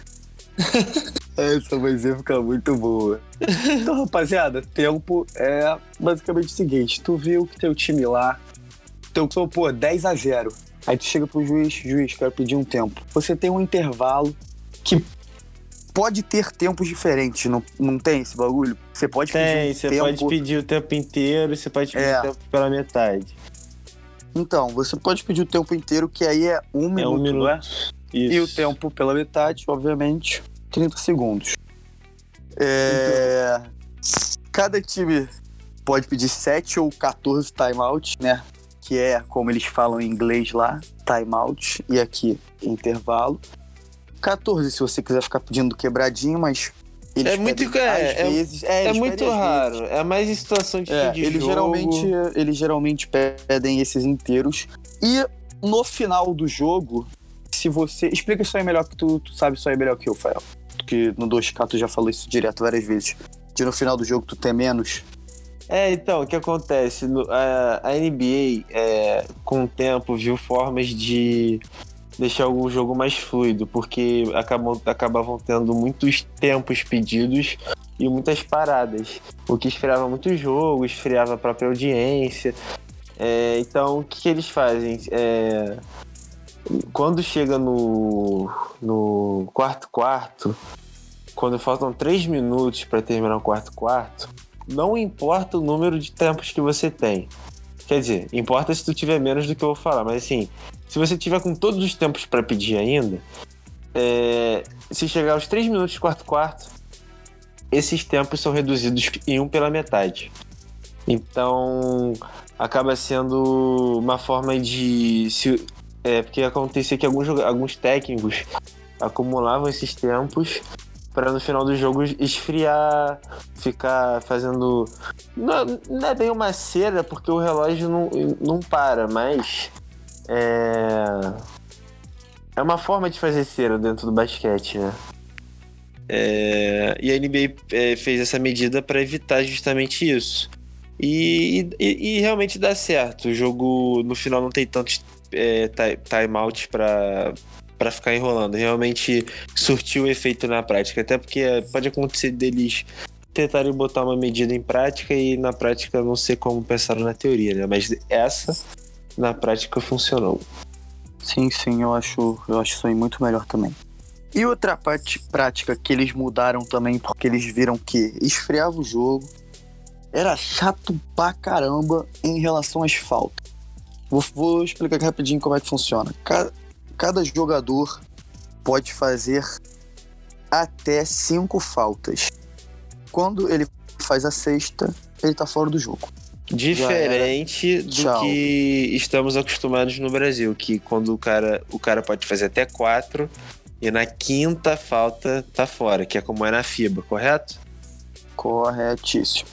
Essa vai ficar muito boa. Então, rapaziada, tempo é basicamente o seguinte: tu viu que teu time lá, teu 10-0. Aí tu chega pro juiz, quero pedir um tempo. Você tem um intervalo que pode ter tempos diferentes, não tem esse bagulho? Você pode pedir um Você tempo. pode pedir o tempo inteiro, você pode pedir o tempo pela metade. Então, você pode pedir o tempo inteiro, que aí é 1 minuto, não é? Isso. E o tempo pela metade, obviamente, 30 segundos. Cada time pode pedir 7 ou 14 timeouts, né? Que é, como eles falam em inglês lá, timeout, e aqui, intervalo. 14 se você quiser ficar pedindo quebradinho, mas eles pedem, às vezes... É eles muito pedem às raro. vezes. É mais em situação de fim de Eles jogo. geralmente pedem esses inteiros. E no final do jogo, se você... Explica isso aí melhor, que tu sabe isso aí melhor que eu, Fael. Porque no 2K tu já falou isso direto várias vezes. De no final do jogo tu ter menos. Então, o que acontece? A NBA, com o tempo, viu formas de deixar o jogo mais fluido, porque acabavam tendo muitos tempos pedidos e muitas paradas, o que esfriava muito o jogo, esfriava a própria audiência. Então, o que eles fazem? Quando chega no quarto, quando faltam 3 minutos para terminar o quarto, não importa o número de tempos que você tem. Quer dizer, importa se tu tiver menos do que eu vou falar, mas assim, se você tiver com todos os tempos para pedir ainda, se chegar aos 3 minutos do quarto, esses tempos são reduzidos em 1 pela metade. Então, acaba sendo uma forma de... porque acontecia que alguns técnicos acumulavam esses tempos para no final do jogo esfriar, ficar fazendo... Não é bem uma cera, porque o relógio não para, mas é uma forma de fazer cera dentro do basquete, né? E a NBA fez essa medida para evitar justamente isso. E realmente dá certo. O jogo no final não tem tantos timeouts para ficar enrolando. Realmente surtiu efeito na prática. Até porque pode acontecer deles tentarem botar uma medida em prática e na prática não sei como pensaram na teoria, né? Mas essa na prática funcionou. Sim, eu acho isso aí muito melhor também. E outra parte prática que eles mudaram também, porque eles viram que esfriava o jogo, era chato pra caramba em relação às faltas. Vou explicar aqui rapidinho como é que funciona. Cada jogador pode fazer até 5 faltas. Quando ele faz a 6ª, ele tá fora do jogo. Diferente do que estamos acostumados no Brasil, que quando o cara pode fazer até 4 e na 5ª falta tá fora, que é como é na FIBA, correto? Corretíssimo.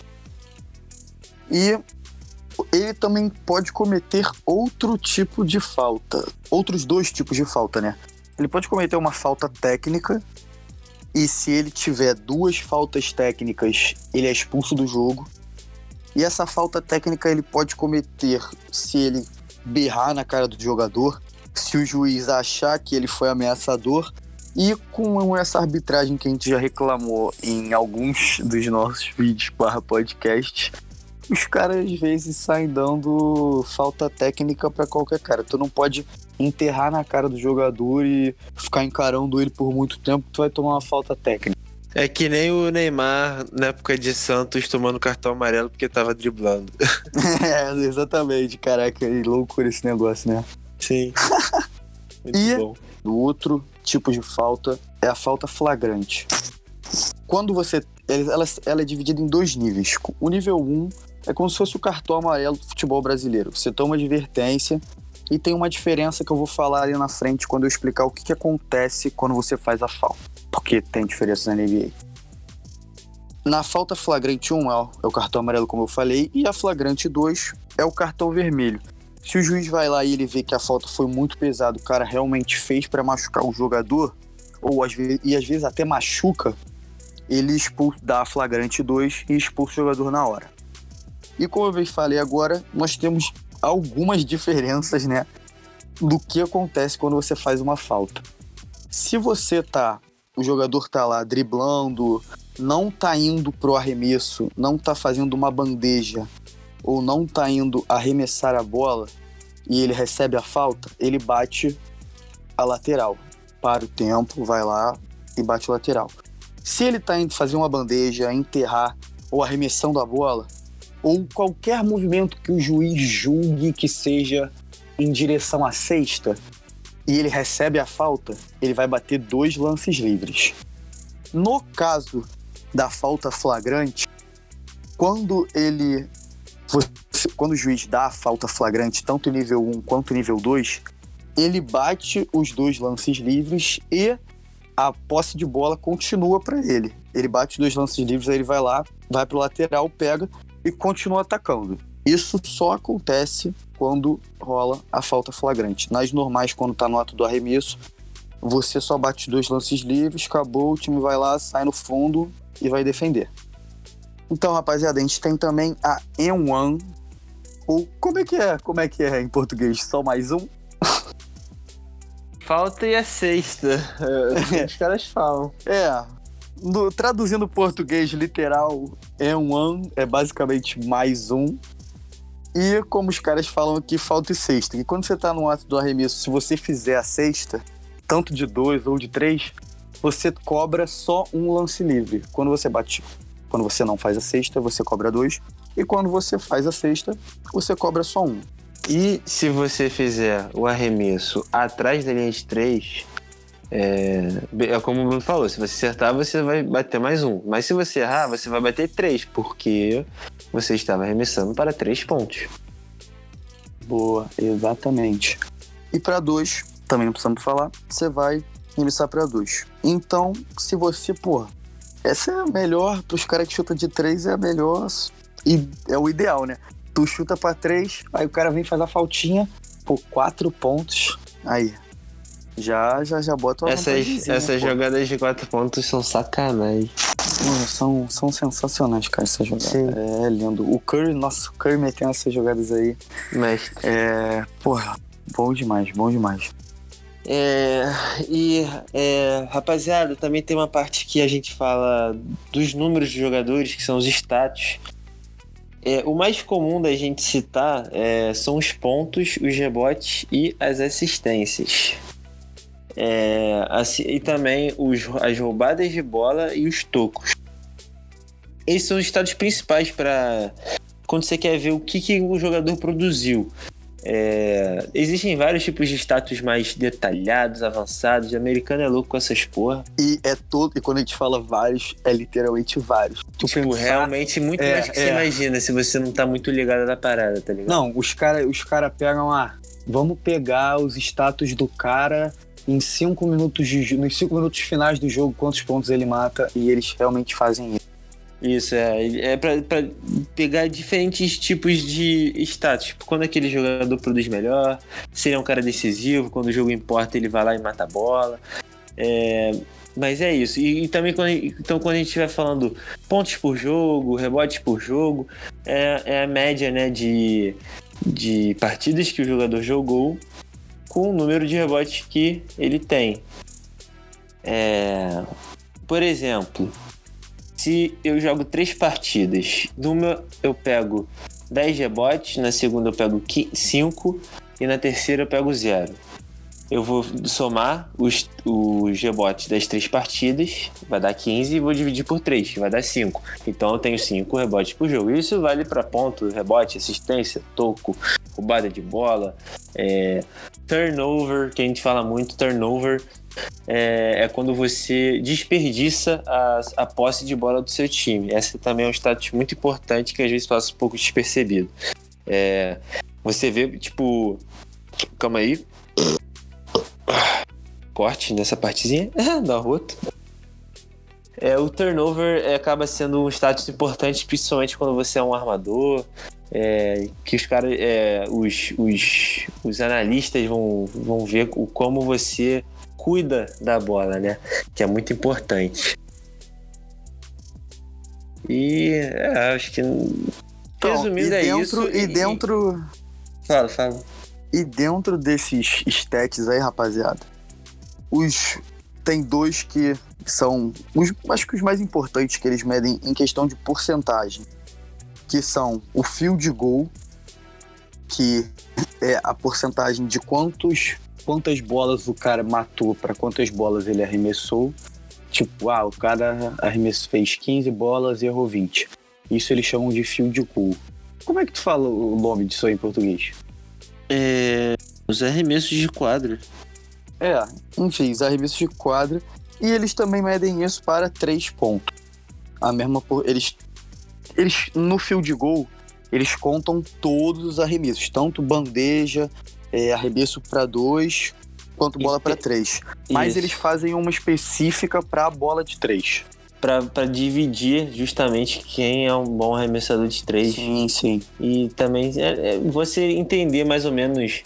E ele também pode cometer outro tipo de falta. Outros 2 tipos de falta, né? Ele pode cometer uma falta técnica, e se ele tiver 2 faltas técnicas, ele é expulso do jogo. E essa falta técnica ele pode cometer se ele berrar na cara do jogador, se o juiz achar que ele foi ameaçador. E com essa arbitragem que a gente já reclamou em alguns dos nossos vídeos /podcast, os caras às vezes saem dando falta técnica pra qualquer cara. Tu não pode enterrar na cara do jogador e ficar encarando ele por muito tempo, tu vai tomar uma falta técnica. É que nem o Neymar na época de Santos tomando cartão amarelo porque tava driblando. Exatamente, caraca, é loucura esse negócio, né? Sim. Muito bom. O outro tipo de falta é a falta flagrante. Quando você... Ela é dividida em 2 níveis. O nível 1 é como se fosse o cartão amarelo do futebol brasileiro. Você toma advertência E tem uma diferença que eu vou falar ali na frente quando eu explicar o que acontece quando você faz a falta. Porque tem diferença na NBA. Na falta flagrante 1 é o cartão amarelo, como eu falei, e a flagrante 2 é o cartão vermelho. Se o juiz vai lá e ele vê que a falta foi muito pesada, o cara realmente fez para machucar o jogador, às vezes até machuca, ele dá a flagrante 2 e expulsa o jogador na hora. E como eu falei agora, nós temos algumas diferenças, né, do que acontece quando você faz uma falta. Se o jogador tá lá driblando, não tá indo pro arremesso, não tá fazendo uma bandeja, ou não tá indo arremessar a bola, e ele recebe a falta, ele bate a lateral. Para o tempo, vai lá e bate o lateral. Se ele tá indo fazer uma bandeja, enterrar, ou arremessando a bola, ou qualquer movimento que o juiz julgue que seja em direção à cesta, e ele recebe a falta, ele vai bater 2 lances livres. No caso da falta flagrante, quando o juiz dá a falta flagrante, tanto nível 1 quanto nível 2, ele bate os 2 lances livres e a posse de bola continua para ele. Ele bate os 2 lances livres, aí ele vai lá, vai pro lateral, pega e continua atacando. Isso só acontece quando rola a falta flagrante. Nas normais, quando tá no ato do arremesso, você só bate os 2 lances livres, acabou, o time vai lá, sai no fundo e vai defender. Então, rapaziada, a gente tem também a M1, ou como é que é em português? Só mais um? Falta e a sexta. Os caras falam. Traduzindo português literal, M1 é basicamente mais um. E como os caras falam aqui, falta e sexta. E quando você tá no ato do arremesso, se você fizer a sexta, tanto de 2 ou de 3, você cobra só um lance livre. Quando você não faz a sexta, você cobra 2. E quando você faz a sexta, você cobra só 1. E se você fizer o arremesso atrás da linha de 3, é como o Bruno falou, se você acertar, você vai bater mais 1. Mas se você errar, você vai bater 3, porque você estava arremessando para 3 pontos. Boa, exatamente. E para 2, também não precisamos falar, você vai arremessar para 2. Então, se você, essa é a melhor, para os caras que chutam de 3 é a melhor, e é o ideal, né? Tu chuta pra 3, aí o cara vem fazer a faltinha, 4 pontos, aí já bota uma Essas jogadas de 4 pontos são sacanagem. São sensacionais, cara, essas jogadas. Sim. É lindo. O Curry metendo essas jogadas aí. Mestre. Bom demais. Rapaziada, também tem uma parte que a gente fala dos números de jogadores, que são os status. O mais comum da gente citar são os pontos, os rebotes e as assistências. E também as roubadas de bola e os tocos. Esses são os status principais para quando você quer ver o que o jogador produziu. Existem vários tipos de status mais detalhados, avançados. O americano é louco com essas porra. E quando a gente fala vários, é literalmente vários. Realmente muito mais do que você imagina, se você não tá muito ligado na parada, tá ligado? Não, os cara pegam vamos pegar os status do cara nos 5 minutos finais do jogo, quantos pontos ele mata, e eles realmente fazem isso. Isso, pra pegar diferentes tipos de status. Tipo, quando aquele jogador produz melhor, se ele é um cara decisivo, quando o jogo importa, ele vai lá e mata a bola. Mas é isso. E também quando a gente estiver falando pontos por jogo, rebotes por jogo, é a média, né, de partidas que o jogador jogou com o número de rebotes que ele tem. Por exemplo, se eu jogo 3 partidas, numa eu pego 10 rebotes, na segunda eu pego 5 e na terceira eu pego 0. Eu vou somar os rebotes das 3 partidas, vai dar 15, e vou dividir por 3, que vai dar 5. Então eu tenho 5 rebotes por jogo. Isso vale para ponto, rebote, assistência, toco, roubada de bola, turnover, que a gente fala muito, turnover. É quando você desperdiça a posse de bola do seu time. Esse também é um status muito importante que às vezes passa um pouco despercebido. Você vê, tipo, Calma aí. Corte nessa partezinha. Dá arroto. O turnover acaba sendo um status importante, principalmente quando você é um armador. Que os caras, os analistas vão ver como você cuida da bola, né? Que é muito importante. E acho que resumindo isso. Fala. E dentro desses stats aí, rapaziada, tem dois que são acho que os mais importantes que eles medem em questão de porcentagem, que são o field goal, que é a porcentagem de quantas bolas o cara matou para quantas bolas ele arremessou. Tipo, o cara fez 15 bolas e errou 20. Isso eles chamam de field goal. Como é que tu fala o nome disso aí em português? Os arremessos de quadra. Enfim, os arremessos de quadra. E eles também medem isso para 3 pontos. Eles no field goal, eles contam todos os arremessos, tanto bandeja, arremesso para 2, quanto bola para 3. Mas eles fazem uma específica para a bola de 3. Para dividir justamente quem é um bom arremessador de 3. Sim. E também você entender mais ou menos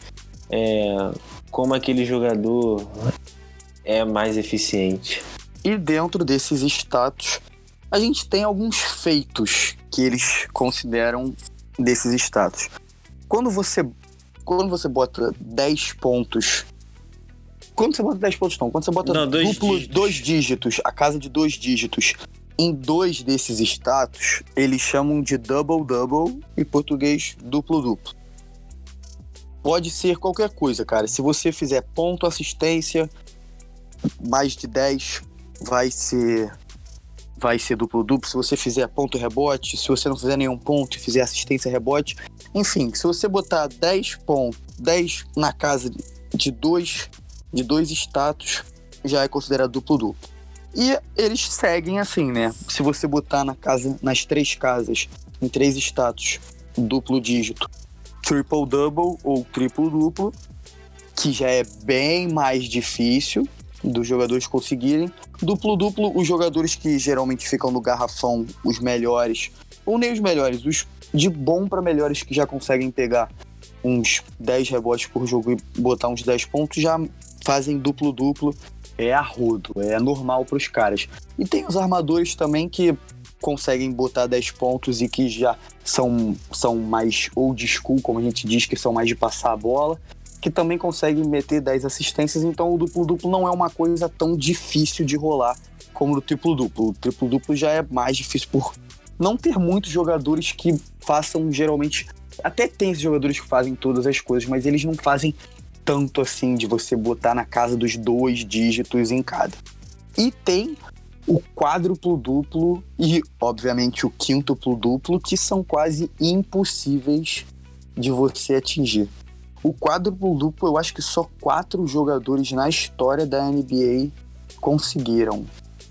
como aquele jogador é mais eficiente. E dentro desses status, a gente tem alguns feitos que eles consideram desses status. Quando você bota 10 pontos... Quando você bota 10 pontos, não. Quando você bota dois dígitos, a casa de 2 dígitos, em 2 desses status, eles chamam de double-double, em português, duplo-duplo. Pode ser qualquer coisa, cara. Se você fizer ponto, assistência, mais de 10, vai ser duplo-duplo. Se você fizer ponto, rebote, se você não fizer nenhum ponto e fizer assistência, rebote. Enfim, se você botar 10 pontos, 10 na casa de dois status, já é considerado duplo-duplo. E eles seguem assim, né? Se você botar nas 3 casas, em 3 status, duplo dígito, triple-double ou triplo-duplo, que já é bem mais difícil dos jogadores conseguirem. Duplo-duplo, os jogadores que geralmente ficam no garrafão, os melhores, ou nem os melhores, os de bom para melhores que já conseguem pegar uns 10 rebotes por jogo e botar uns 10 pontos, já fazem duplo-duplo. É a rodo, é normal para os caras. E tem os armadores também que conseguem botar 10 pontos e que já são mais old school, como a gente diz, que são mais de passar a bola, que também conseguem meter 10 assistências. Então o duplo-duplo não é uma coisa tão difícil de rolar como o triplo-duplo. O triplo-duplo já é mais difícil por não ter muitos jogadores que façam, geralmente, até tem esses jogadores que fazem todas as coisas, mas eles não fazem tanto assim de você botar na casa dos 2 dígitos em cada. E tem o quádruplo-duplo e, obviamente, o quíntuplo-duplo, que são quase impossíveis de você atingir. O quádruplo-duplo, eu acho que só 4 jogadores na história da NBA conseguiram.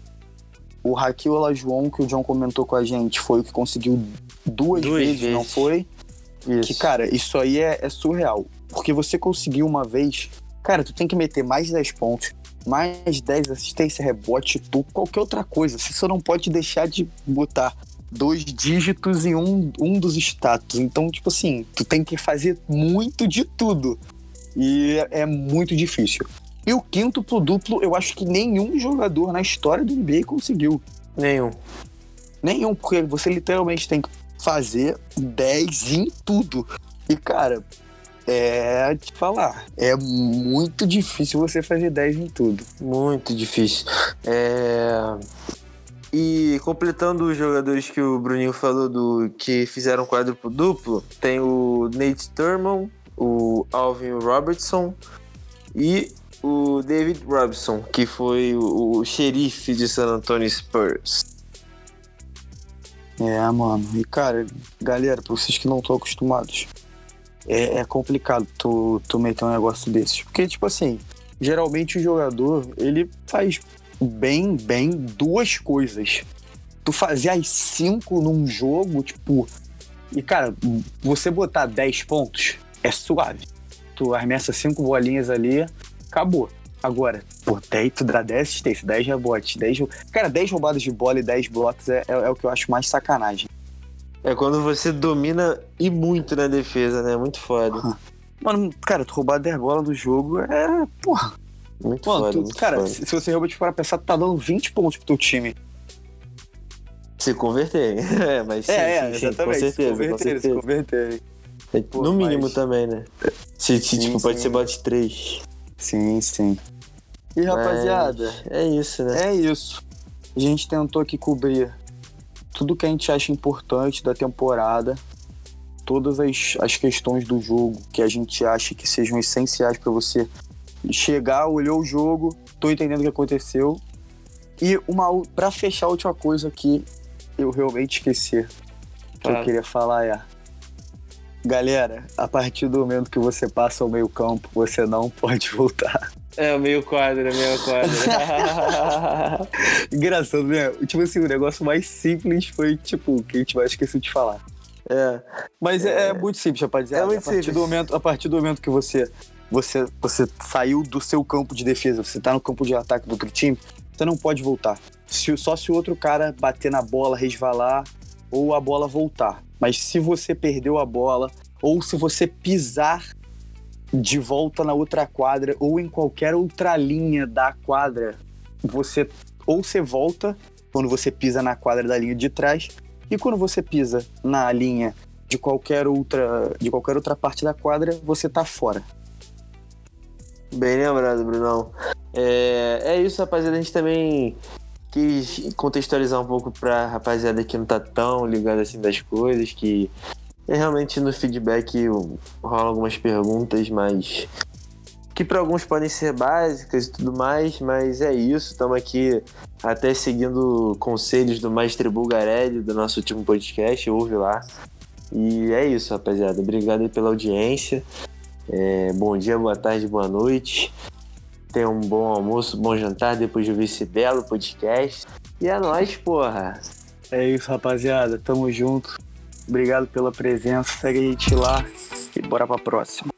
O Hakeem Olajuwon, que o John comentou com a gente, foi o que conseguiu duas vezes, não foi? Isso. Que, cara, isso aí é surreal. Porque você conseguiu uma vez, cara, tu tem que meter mais 10 pontos, mais 10 assistência, rebote, qualquer outra coisa. Você só não pode deixar de botar 2 dígitos em um dos status. Então, tipo assim, tu tem que fazer muito de tudo. E é muito difícil. E o quíntuplo duplo, eu acho que nenhum jogador na história do NBA conseguiu. Nenhum, porque você literalmente tem que fazer 10 em tudo. E, cara, te falar, é muito difícil você fazer 10 em tudo. Muito difícil. E completando os jogadores que o Bruninho falou que fizeram quádruplo duplo, tem o Nate Thurmond, o Alvin Robertson e o David Robinson, que foi o xerife de San Antonio Spurs. Mano. E, cara, galera, pra vocês que não estão acostumados, é complicado tu meter um negócio desses. Porque, tipo assim, geralmente o jogador, ele faz bem 2 coisas. Tu fazer as 5 num jogo, tipo... E, cara, você botar 10 pontos é suave. tu arremessa 5 bolinhas ali, acabou. Agora, pô, tu dá 10 assistências, 10 rebotes, 10 roubadas de bola e 10 blocos é o que eu acho mais sacanagem. É quando você domina e muito na defesa, né? Muito foda. Mano, cara, tu roubar 10 bolas no jogo é, porra. Muito Mano, foda, muito cara, foda. se você realmente for pensar, tu tá dando 20 pontos pro teu time. Se converter. Mas sim, exatamente. se converter. Pô, No mínimo mas... também, né? Tipo, pode ser bote 3. Sim. E, rapaziada... É isso, né? É isso. A gente tentou aqui cobrir tudo que a gente acha importante da temporada, todas as questões do jogo que a gente acha que sejam essenciais pra você chegar, olhou o jogo, tô entendendo o que aconteceu. E pra fechar, a última coisa que eu realmente esqueci, que eu queria falar é: galera, a partir do momento que você passa ao meio campo, você não pode voltar. É, o meio quadro. Engraçado, né? Tipo assim, o negócio mais simples foi, tipo, que a gente vai esquecer de falar. Mas é muito simples, rapaziada. É muito a partir do momento que você saiu do seu campo de defesa, você tá no campo de ataque do outro time, você não pode voltar. Só se o outro cara bater na bola, resvalar, ou a bola voltar. Mas se você perdeu a bola, ou se você pisar de volta na outra quadra, ou em qualquer outra linha da quadra, você volta quando você pisa na quadra da linha de trás, e quando você pisa na linha de qualquer outra parte da quadra, você tá fora. Bem lembrado, Brunão. É isso, rapaziada. A gente também quis contextualizar um pouco pra rapaziada que não tá tão ligada assim das coisas, que realmente no feedback rolam algumas perguntas, mas que para alguns podem ser básicas e tudo mais, mas é isso. Estamos aqui até seguindo conselhos do Mestre Bulgarelli, do nosso último podcast, ouve lá. E é isso, rapaziada. Obrigado aí pela audiência. Bom dia, boa tarde, boa noite. Tenha um bom almoço, bom jantar depois de ouvir esse belo podcast. E é nóis, porra! É isso, rapaziada. Tamo junto. Obrigado pela presença. Segue a gente lá e bora pra próxima.